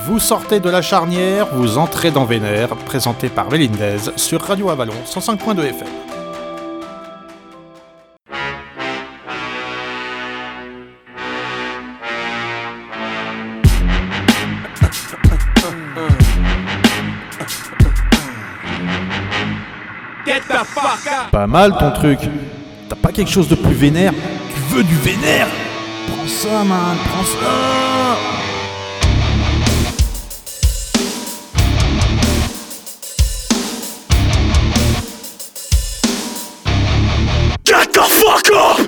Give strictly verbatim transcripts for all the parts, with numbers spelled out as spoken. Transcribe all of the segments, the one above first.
Vous sortez de la charnière, vous entrez dans Vénère, présenté par Vélindez sur Radio Avalon cent cinq point deux F M. Pas mal ton truc. T'as pas quelque chose de plus vénère? Tu veux du vénère? Prends ça, man, prends ça. Get the fuck up!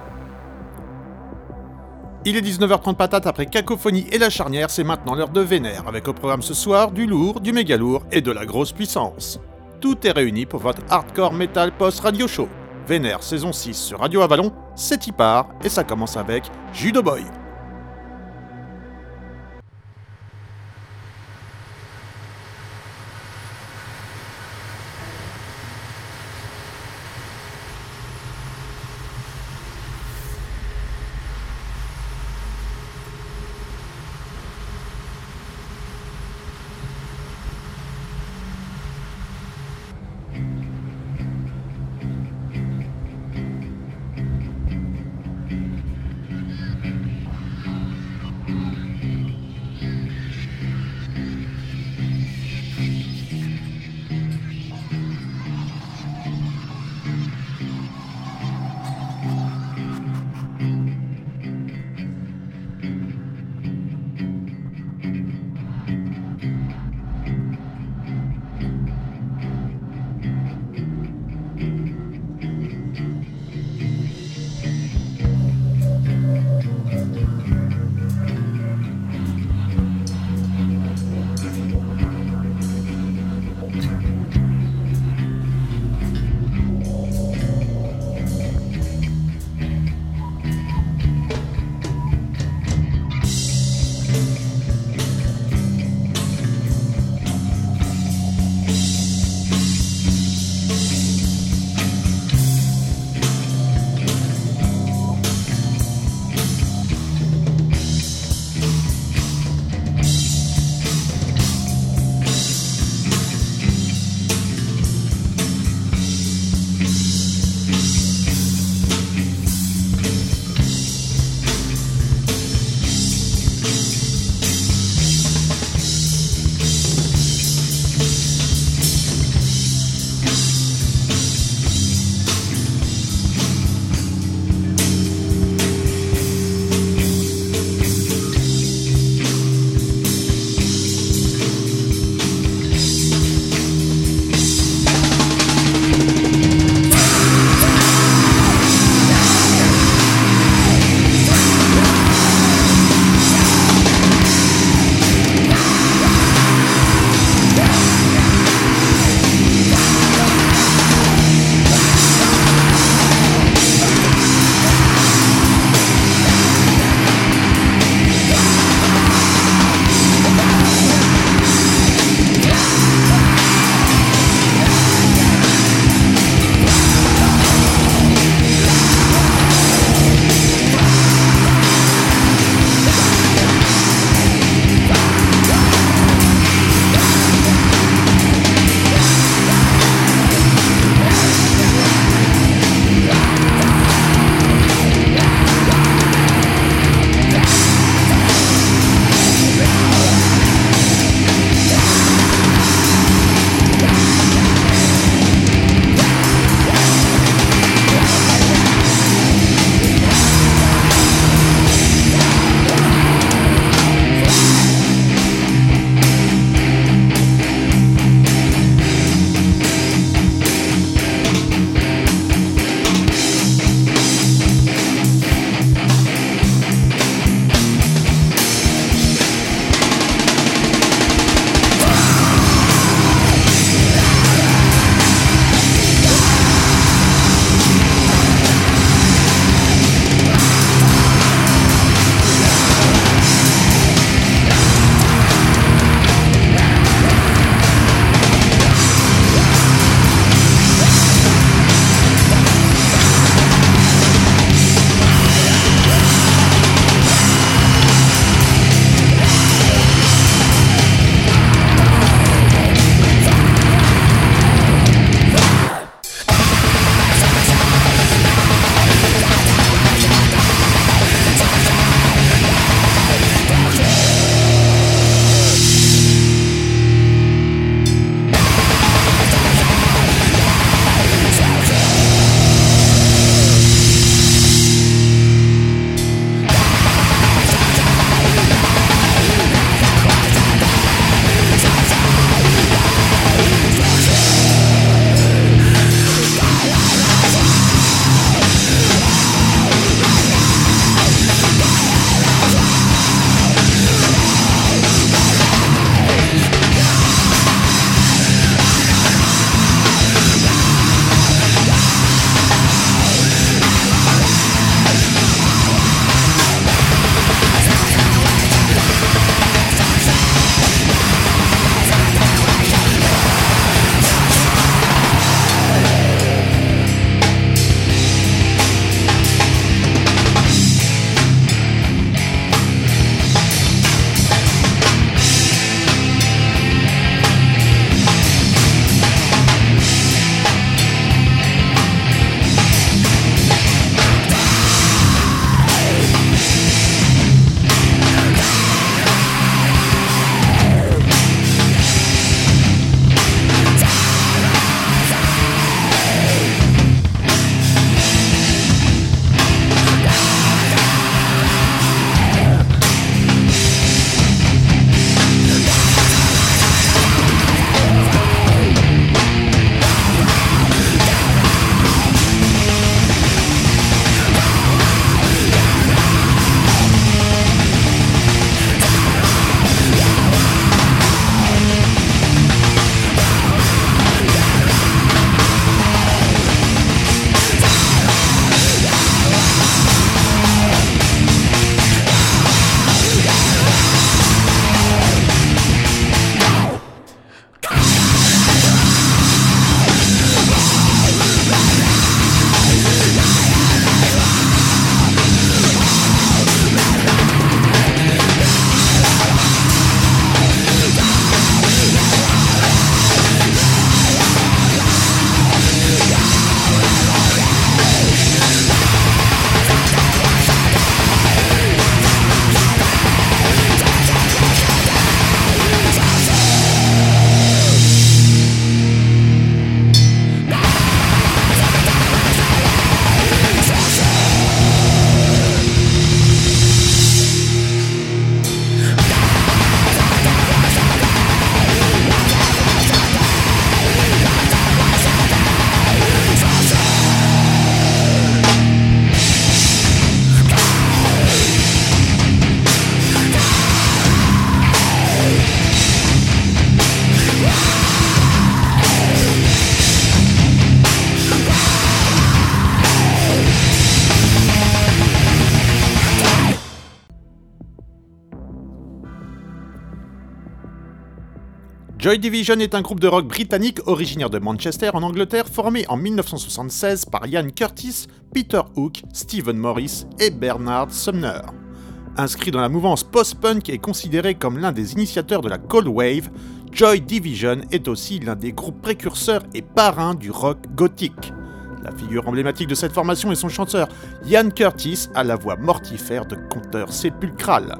Il est dix-neuf heures trente patate après Cacophonie et la charnière, c'est maintenant l'heure de Vénère, avec au programme ce soir du lourd, du méga lourd et de la grosse puissance. Tout est réuni pour votre hardcore metal post-radio show. Vénère saison six sur Radio Avalon, c'est y part et ça commence avec Judo Boy. Joy Division est un groupe de rock britannique originaire de Manchester en Angleterre formé en mille neuf cent soixante-seize par Ian Curtis, Peter Hook, Stephen Morris et Bernard Sumner. Inscrit dans la mouvance post-punk et considéré comme l'un des initiateurs de la Cold Wave, Joy Division est aussi l'un des groupes précurseurs et parrains du rock gothique. La figure emblématique de cette formation est son chanteur Ian Curtis à la voix mortifère de conteur sépulcral.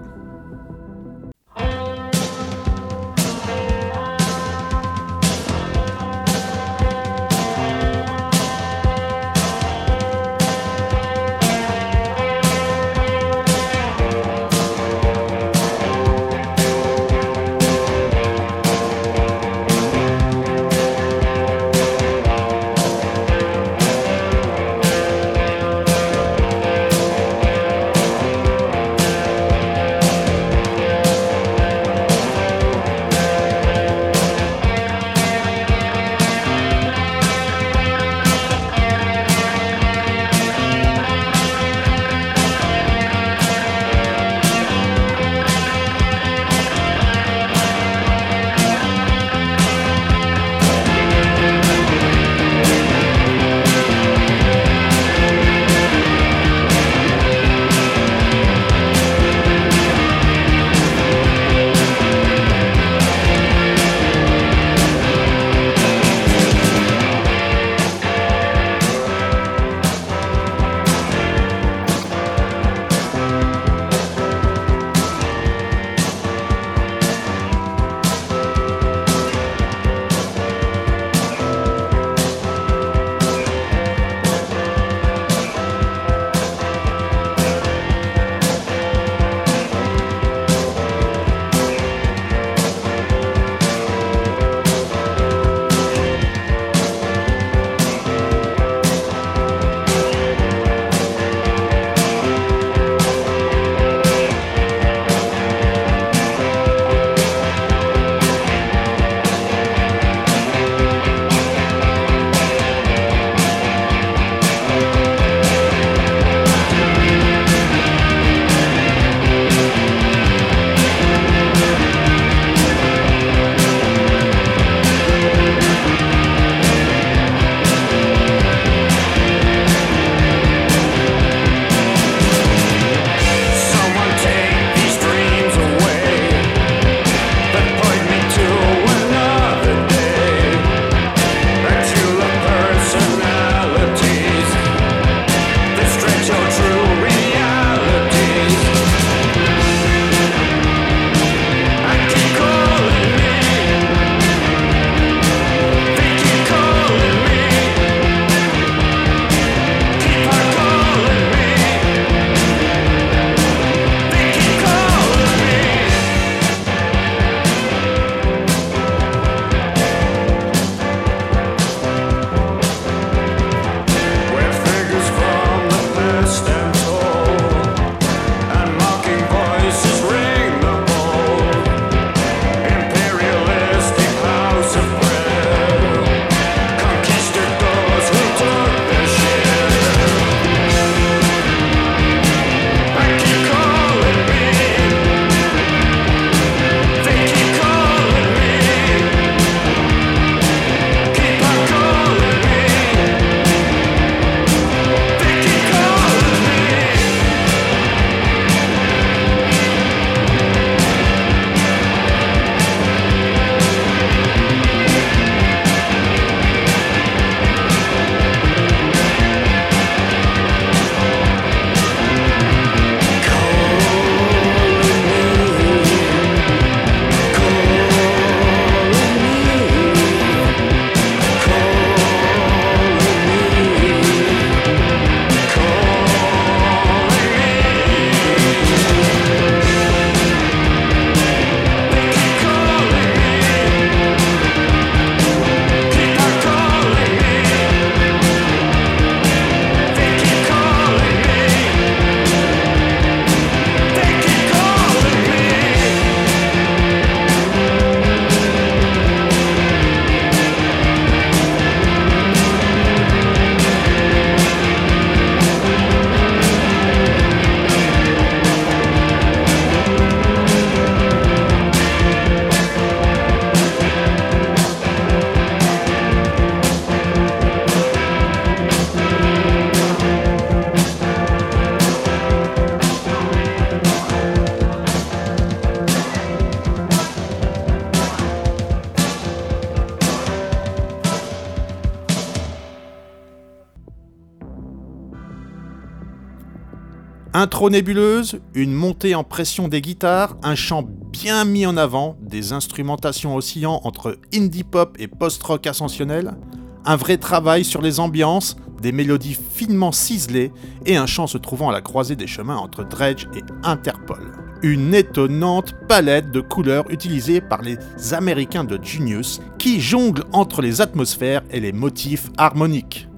Intro nébuleuse, une montée en pression des guitares, un chant bien mis en avant, des instrumentations oscillant entre indie pop et post-rock ascensionnel, un vrai travail sur les ambiances, des mélodies finement ciselées et un chant se trouvant à la croisée des chemins entre Dredg et Interpol. Une étonnante palette de couleurs utilisée par les Américains de Genius qui jonglent entre les atmosphères et les motifs harmoniques.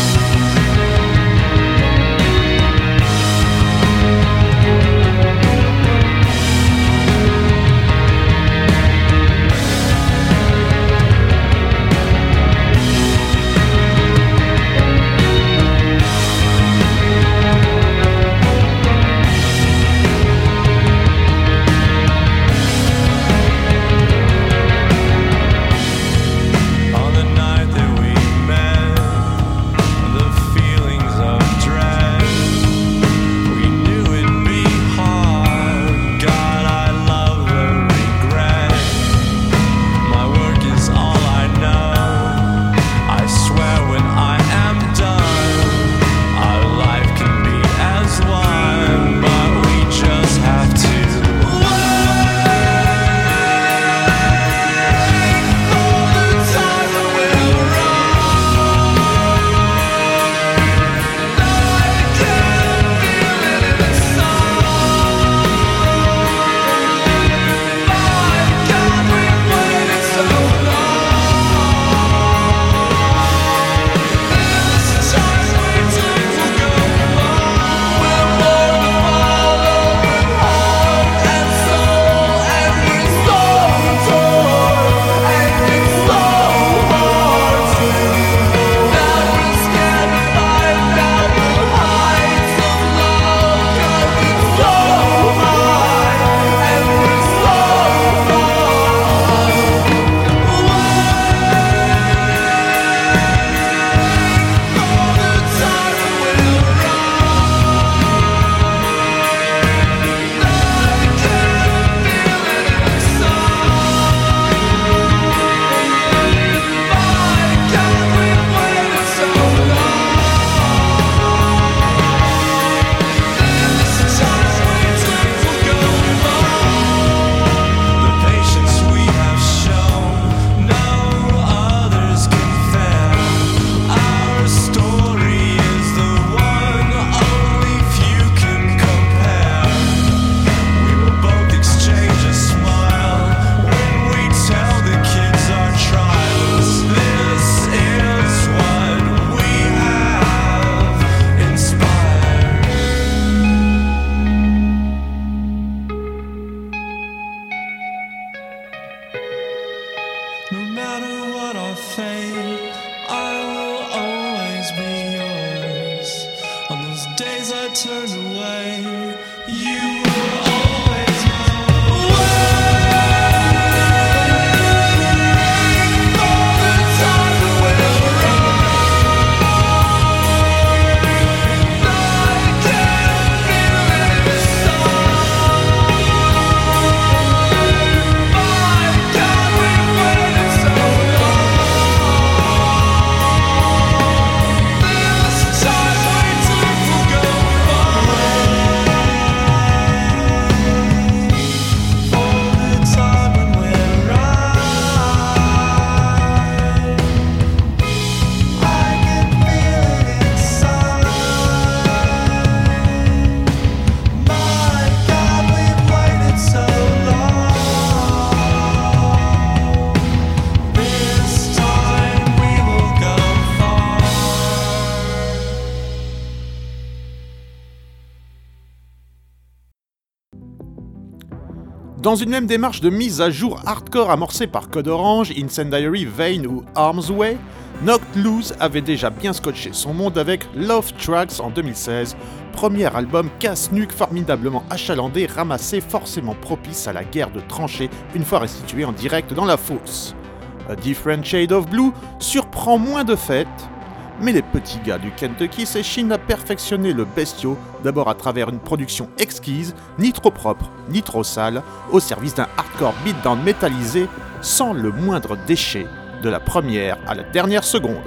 Dans une même démarche de mise à jour hardcore amorcée par Code Orange, Incendiary, Vein ou Arms Way, Knocked Loose avait déjà bien scotché son monde avec Love Tracks en deux mille seize, premier album casse-nuque formidablement achalandé, ramassé forcément propice à la guerre de tranchées une fois restitué en direct dans la fosse. A Different Shade of Blue surprend moins de fait, mais les petits gars du Kentucky s'échinent à perfectionner le bestiau, d'abord à travers une production exquise, ni trop propre, ni trop sale, au service d'un hardcore beatdown métallisé, sans le moindre déchet, de la première à la dernière seconde.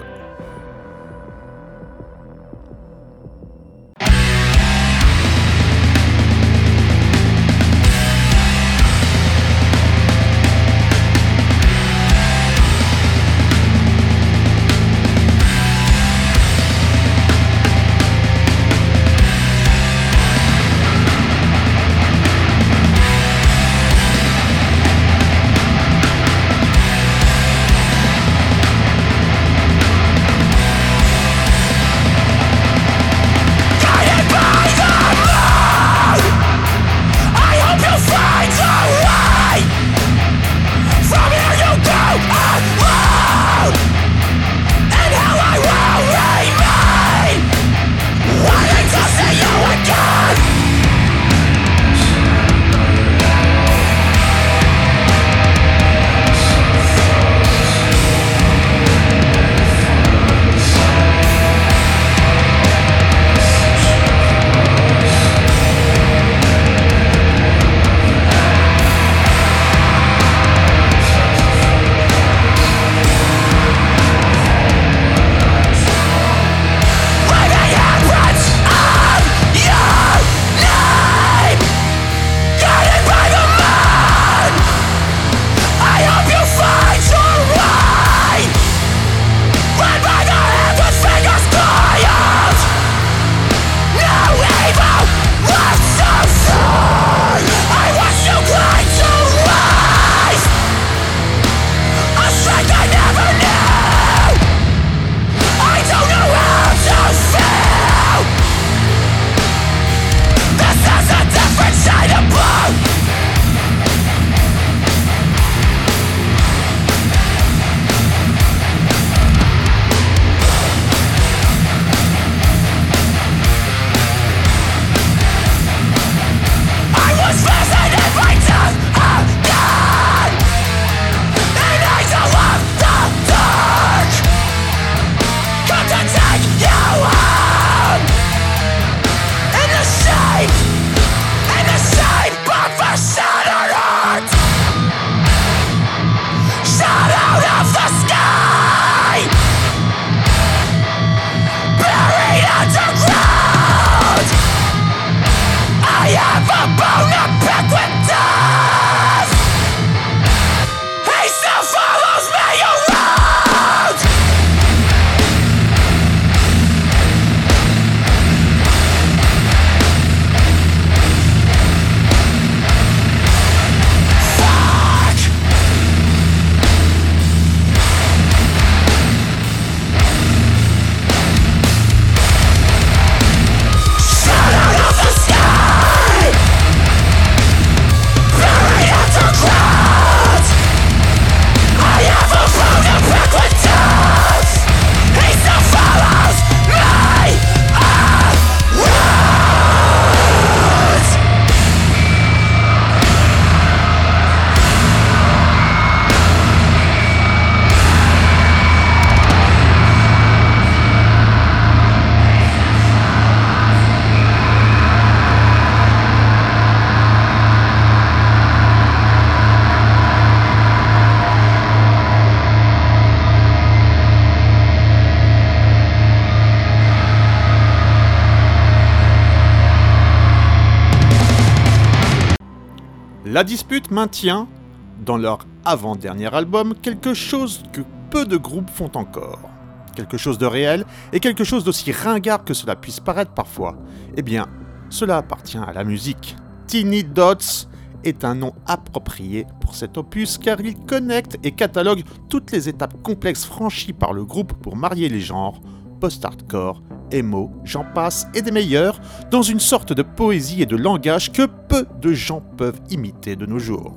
La Dispute maintient, dans leur avant-dernier album, quelque chose que peu de groupes font encore. Quelque chose de réel et quelque chose d'aussi ringard que cela puisse paraître parfois. Eh bien, cela appartient à la musique. Tiny Dots est un nom approprié pour cet opus car il connecte et catalogue toutes les étapes complexes franchies par le groupe pour marier les genres, post-hardcore, emo, j'en passe et des meilleurs, dans une sorte de poésie et de langage que peu de gens peuvent imiter de nos jours.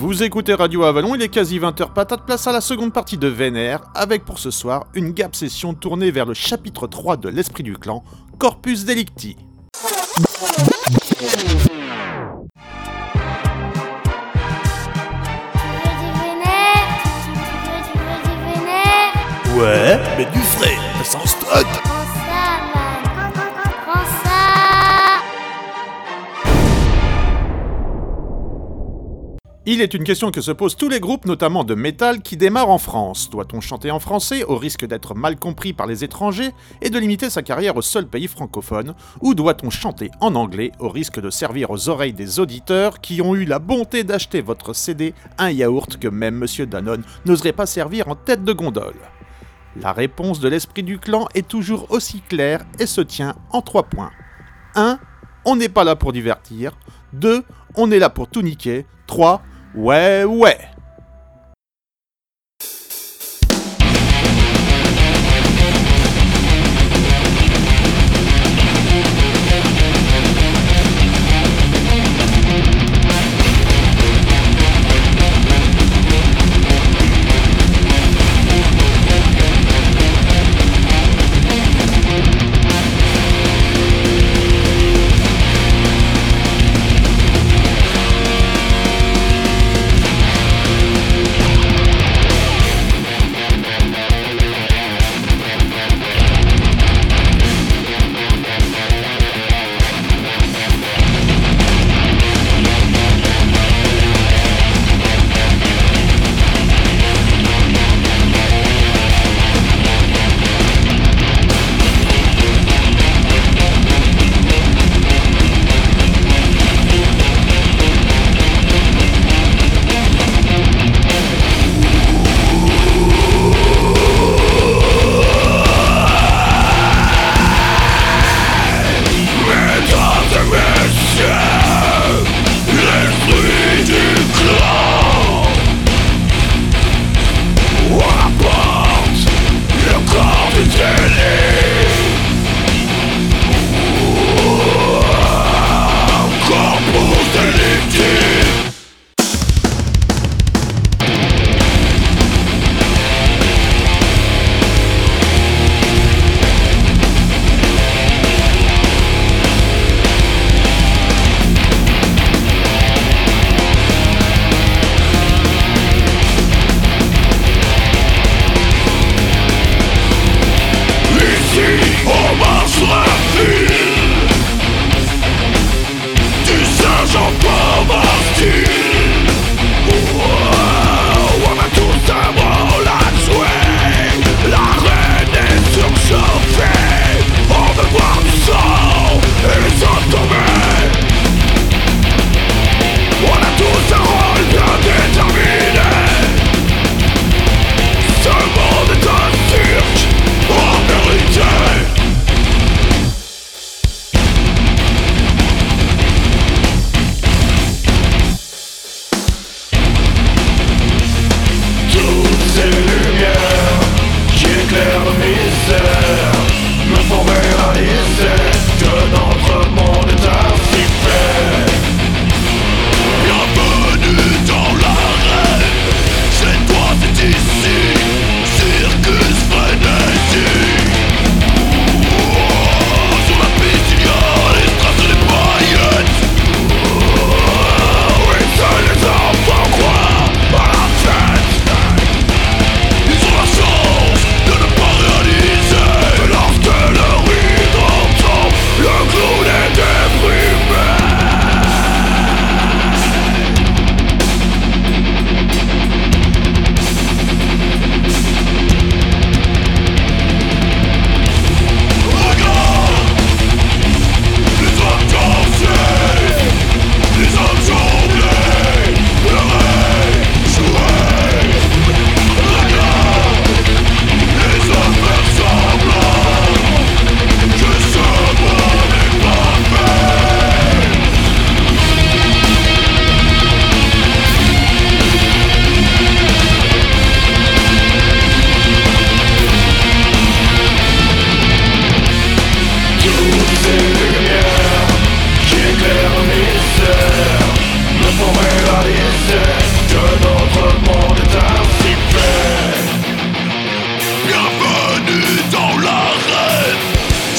Vous écoutez Radio Avalon, il est quasi vingt heures patate, place à la seconde partie de Vénère, avec pour ce soir une gap session tournée vers le chapitre trois de l'Esprit du Clan, Corpus Delicti. Ouais, mais du frais, sans stock. Prends ça, man. Prends ça. Il est une question que se posent tous les groupes, notamment de métal, qui démarrent en France. Doit-on chanter en français, au risque d'être mal compris par les étrangers, et de limiter sa carrière au seul pays francophone, ou doit-on chanter en anglais, au risque de servir aux oreilles des auditeurs qui ont eu la bonté d'acheter votre C D un yaourt que même Monsieur Danone n'oserait pas servir en tête de gondole? La réponse de l'Esprit du Clan est toujours aussi claire et se tient en trois points. un. On n'est pas là pour divertir. deux. On est là pour tout niquer. trois. Ouais, ouais.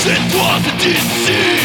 C'est toi, c'est ici.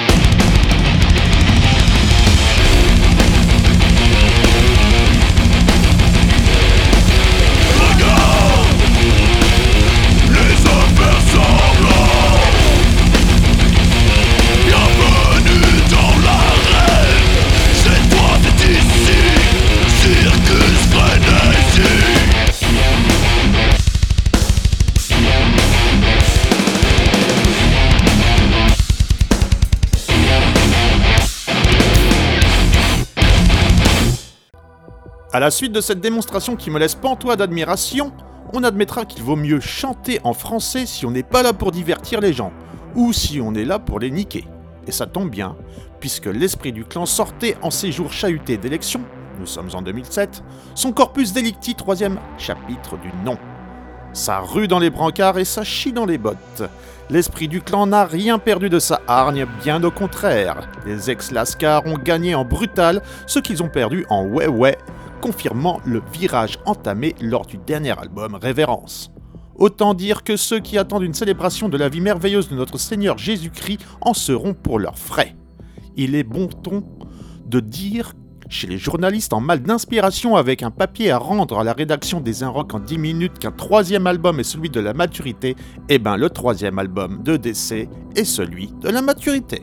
À la suite de cette démonstration qui me laisse pantois d'admiration, on admettra qu'il vaut mieux chanter en français si on n'est pas là pour divertir les gens, ou si on est là pour les niquer. Et ça tombe bien, puisque l'esprit du clan sortait en ces jours chahutés d'élection, nous sommes en deux mille sept, son corpus delicti, troisième chapitre du nom. Ça rue dans les brancards et ça chie dans les bottes. L'esprit du clan n'a rien perdu de sa hargne, bien au contraire. Les ex-lascars ont gagné en brutal ce qu'ils ont perdu en ouais-ouais, confirmant le virage entamé lors du dernier album Révérence. Autant dire que ceux qui attendent une célébration de la vie merveilleuse de notre Seigneur Jésus-Christ en seront pour leurs frais. Il est bon ton de dire chez les journalistes en mal d'inspiration avec un papier à rendre à la rédaction des Inrocks en dix minutes qu'un troisième album est celui de la maturité, et ben le troisième album de D C est celui de la maturité.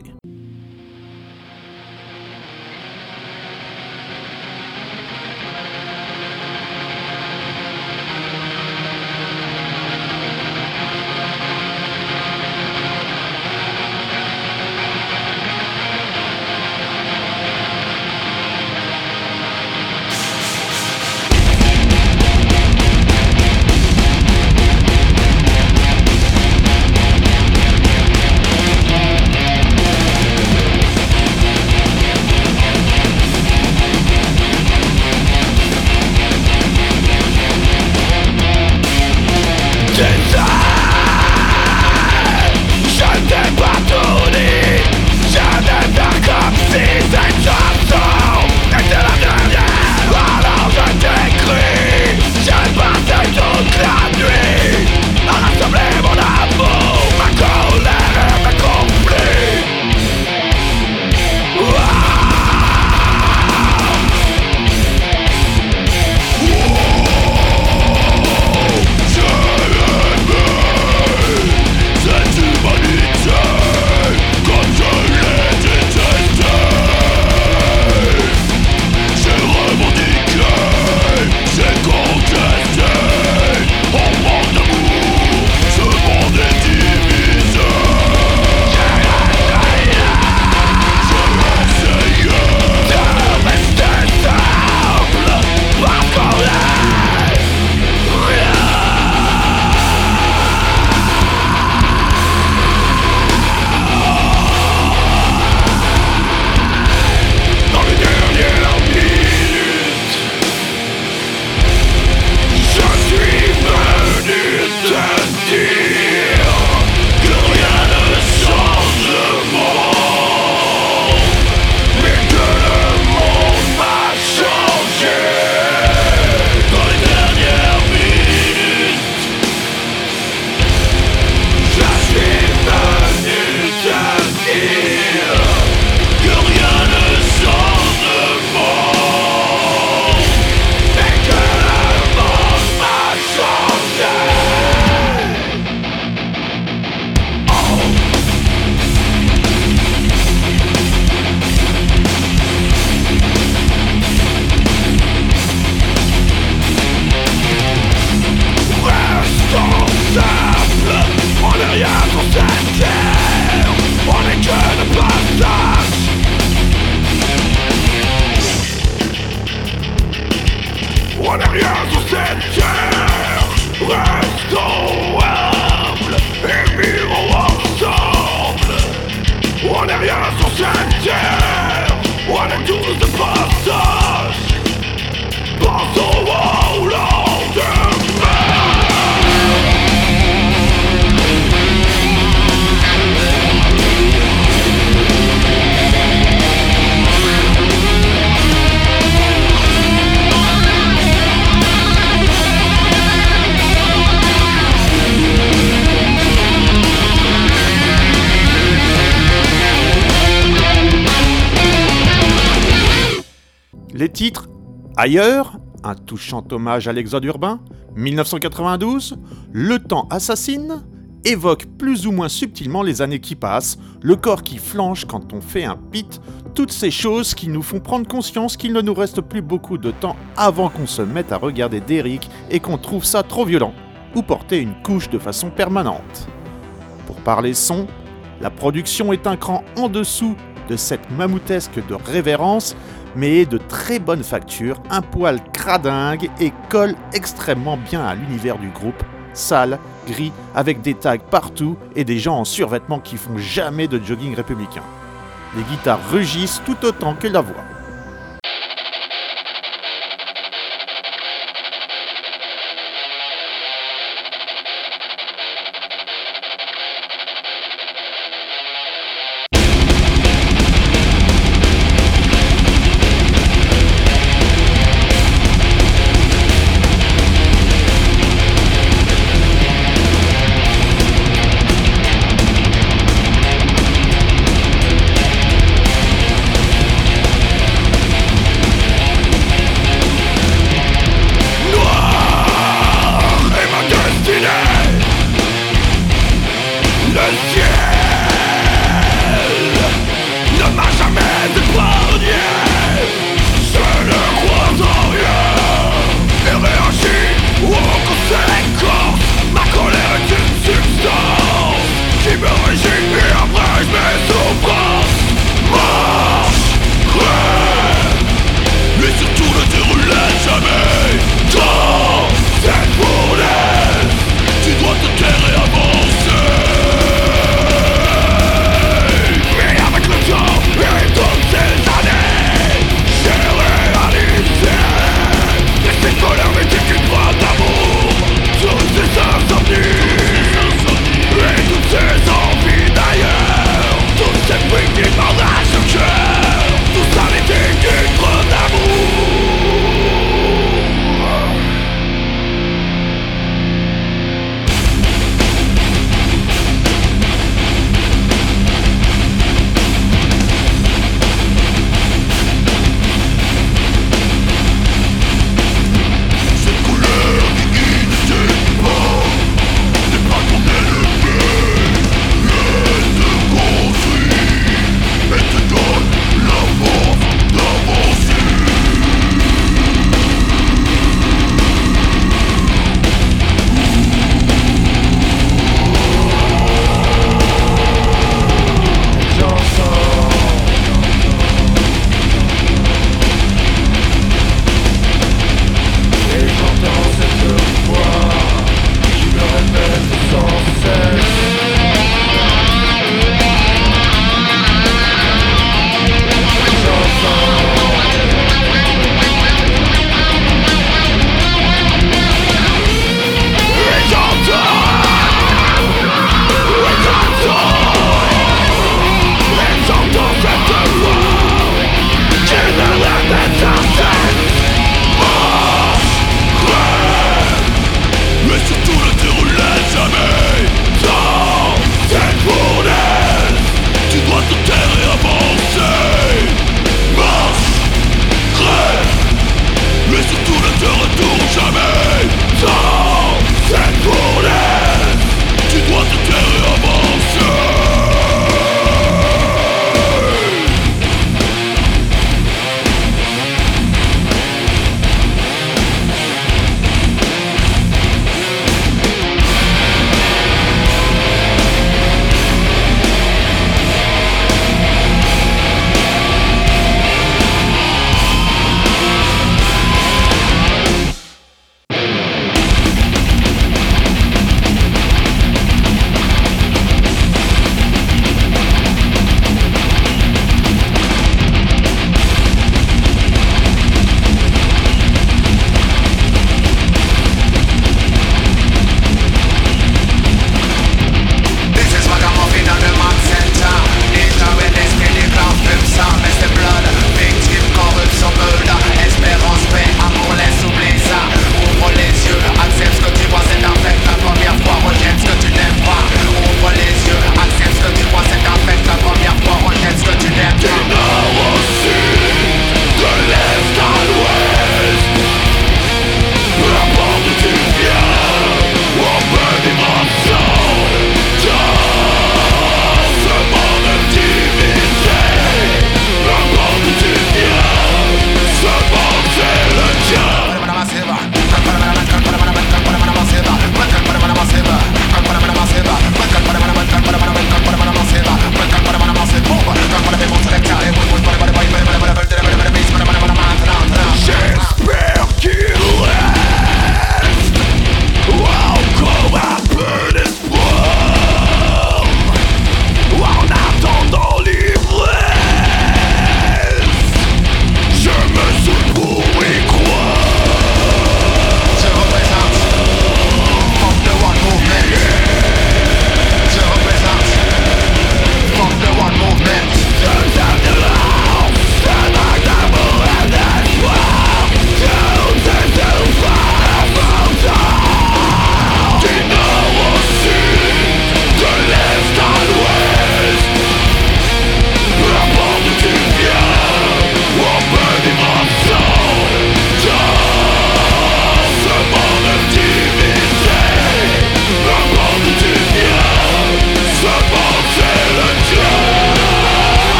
Les titres Ailleurs, un touchant hommage à l'exode urbain, dix-neuf cent quatre-vingt-douze, Le temps assassine, évoque plus ou moins subtilement les années qui passent, le corps qui flanche quand on fait un pit, toutes ces choses qui nous font prendre conscience qu'il ne nous reste plus beaucoup de temps avant qu'on se mette à regarder Derrick et qu'on trouve ça trop violent, ou porter une couche de façon permanente. Pour parler son, la production est un cran en dessous de cette mammouthesque de révérence, mais est de très bonne facture, un poil cradingue et colle extrêmement bien à l'univers du groupe, sale, gris, avec des tags partout et des gens en survêtements qui font jamais de jogging républicain. Les guitares rugissent tout autant que la voix.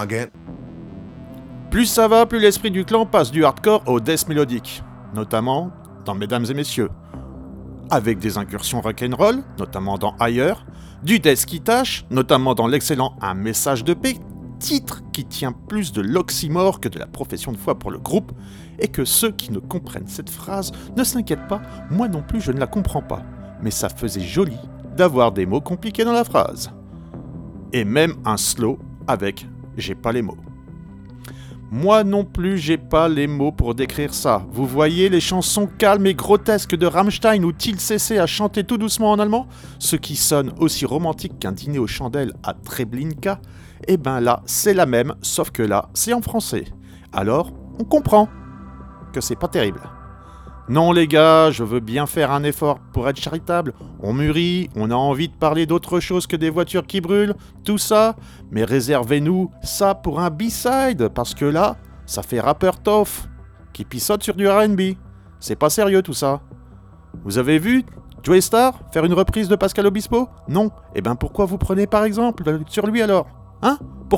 again. Plus ça va, plus l'esprit du clan passe du hardcore au death mélodique, notamment dans Mesdames et Messieurs, avec des incursions rock'n'roll, notamment dans Ailleurs, du death qui tâche, notamment dans l'excellent Un message de paix, titre qui tient plus de l'oxymore que de la profession de foi pour le groupe, et que ceux qui ne comprennent cette phrase ne s'inquiètent pas, moi non plus je ne la comprends pas, mais ça faisait joli d'avoir des mots compliqués dans la phrase. Et même un slow avec « j'ai pas les mots ». Moi non plus, j'ai pas les mots pour décrire ça. Vous voyez les chansons calmes et grotesques de Rammstein ou Till C C à chanter tout doucement en allemand, ce qui sonne aussi romantique qu'un dîner aux chandelles à Treblinka, et ben là, c'est la même, sauf que là, c'est en français. Alors, on comprend que c'est pas terrible. Non les gars, je veux bien faire un effort pour être charitable. On mûrit, on a envie de parler d'autre chose que des voitures qui brûlent, tout ça. Mais réservez-nous ça pour un B-side, parce que là, ça fait rappeur tough, qui pissote sur du R and B. C'est pas sérieux tout ça. Vous avez vu Joey Starr faire une reprise de Pascal Obispo ? Non. Eh ben pourquoi vous prenez par exemple sur lui alors ? Hein ? Pourquoi ?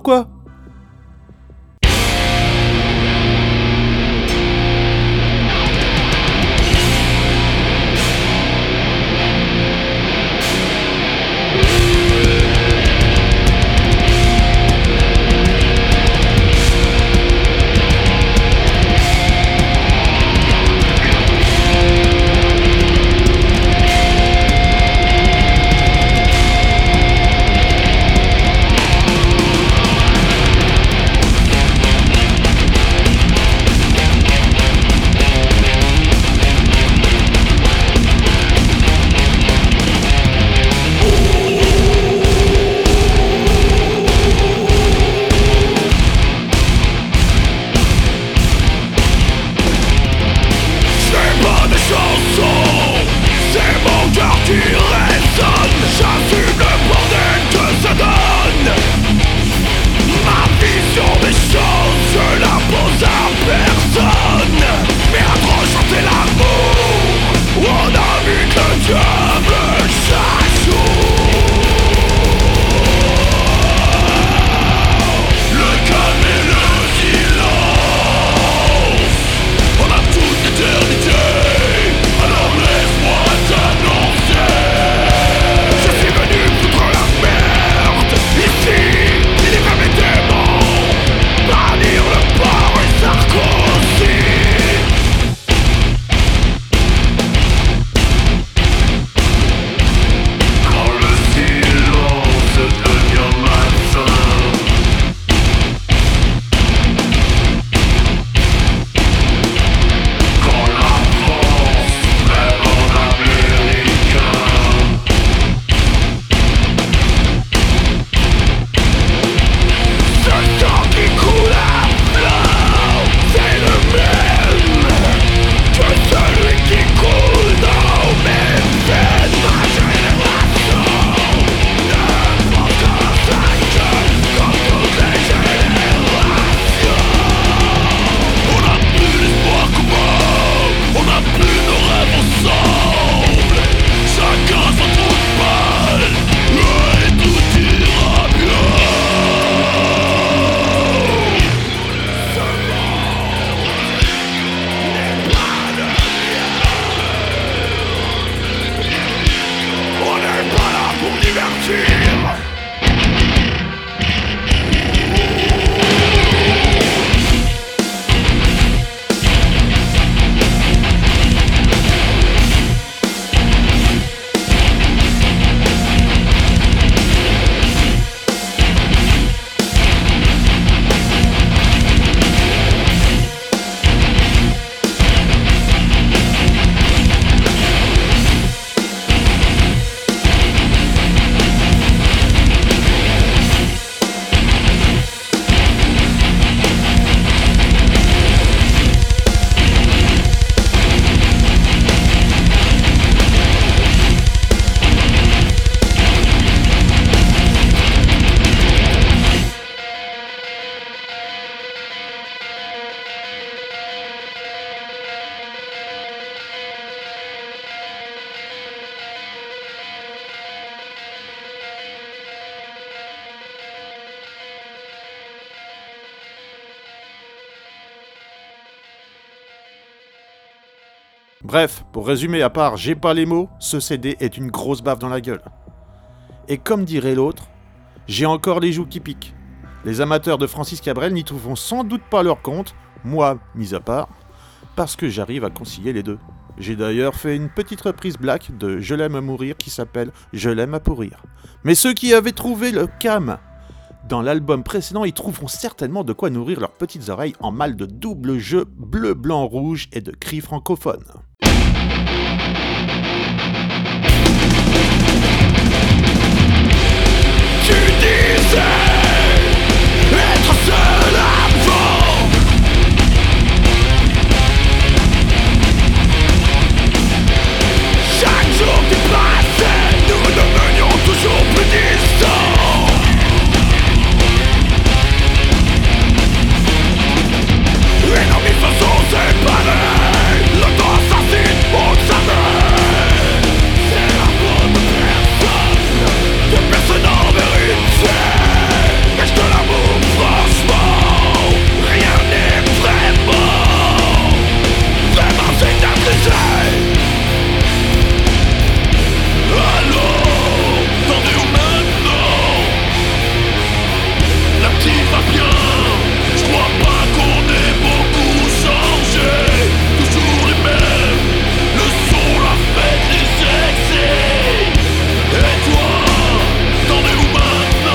Bref, pour résumer, à part j'ai pas les mots, ce C D est une grosse baffe dans la gueule. Et comme dirait l'autre, j'ai encore les joues qui piquent. Les amateurs de Francis Cabrel n'y trouveront sans doute pas leur compte, moi mis à part, parce que j'arrive à concilier les deux. J'ai d'ailleurs fait une petite reprise black de Je l'aime à mourir qui s'appelle Je l'aime à pourrir. Mais ceux qui avaient trouvé le cam dans l'album précédent, ils trouveront certainement de quoi nourrir leurs petites oreilles en mal de double jeu bleu, blanc, rouge et de cris francophones. Tu disais être seul avant. Chaque jour qui passait, nous devenions toujours plus distants. Et nos vies se sont séparées. Le temps assassine, on le savait. C'est la faute de personne, de personne en vérité. Est-ce de l'amour, franchement, rien n'est vraiment, vraiment cicatrisé. Alors, tendez-vous maintenant. La petite va bien. Je crois pas qu'on ait beaucoup changé. Toujours les mêmes. Le son, la fête, les excès. Et toi, tendez-vous maintenant.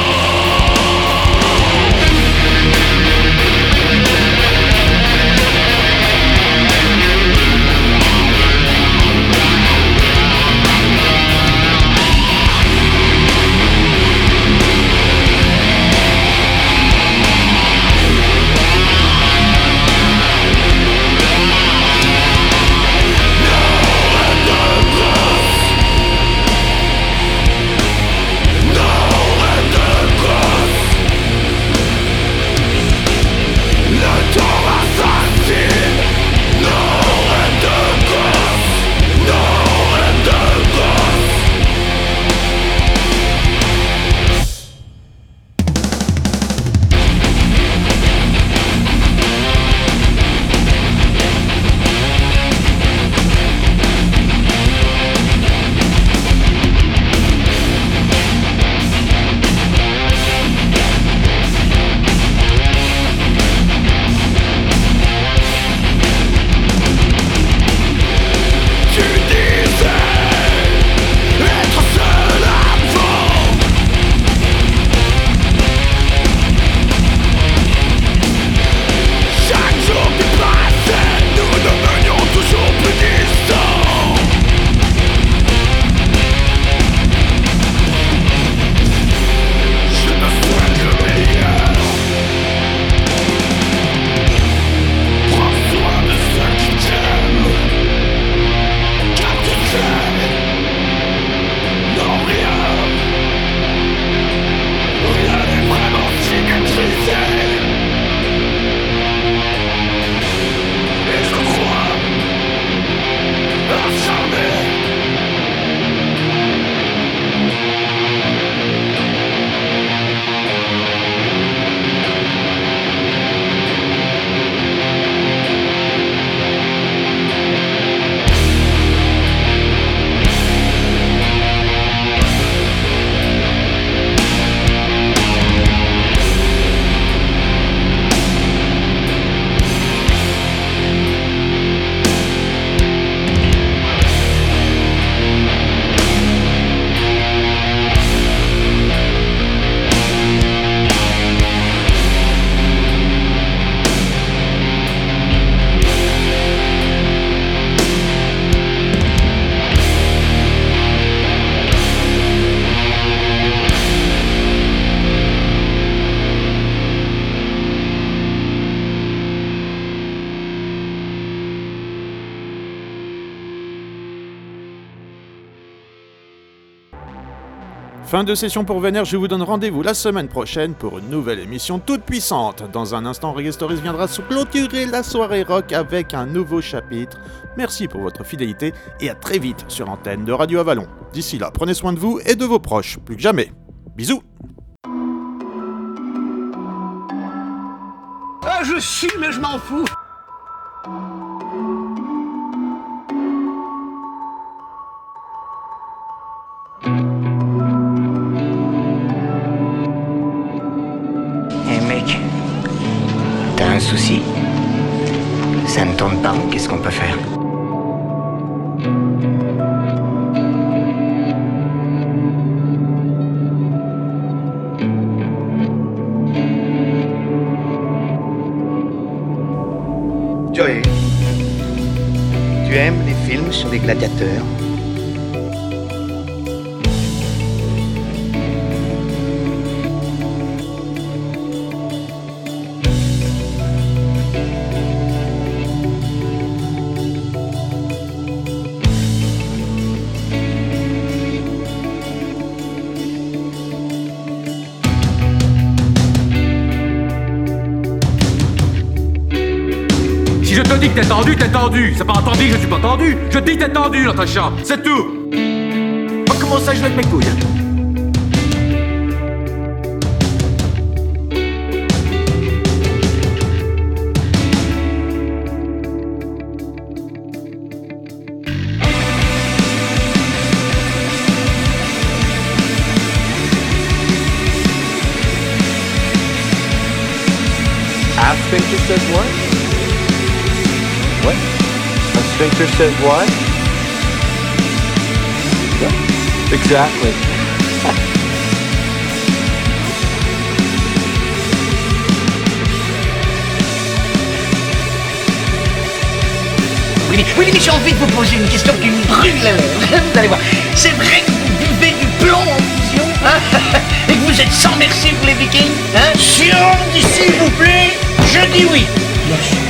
Fin de session pour Vénère, je vous donne rendez-vous la semaine prochaine pour une nouvelle émission toute puissante. Dans un instant, Reggae Stories viendra se clôturer la soirée rock avec un nouveau chapitre. Merci pour votre fidélité et à très vite sur l'antenne de Radio Avalon. D'ici là, prenez soin de vous et de vos proches, plus que jamais. Bisous. Ah, je chie, mais je m'en fous. souci. Ça ne tourne pas, qu'est-ce qu'on peut faire? Joey, tu aimes les films sur les gladiateurs? Je te dis que t'es tendu, t'es tendu. C'est pas entendu que je suis pas tendu. Je te dis que t'es tendu, Natacha. C'est tout. On va commencer à jouer avec mes couilles. A sphincter says what? What? A sphincter says what? Yeah, exactly. Oui, oui, mais j'ai envie de vous poser une question qui me brûle la lèvre. Vous allez voir. C'est vrai que vous buvez du plomb en fusion, hein? Et que vous êtes sans merci pour les Vikings, hein? Si on dit s'il vous plaît, je dis oui. Bien sûr.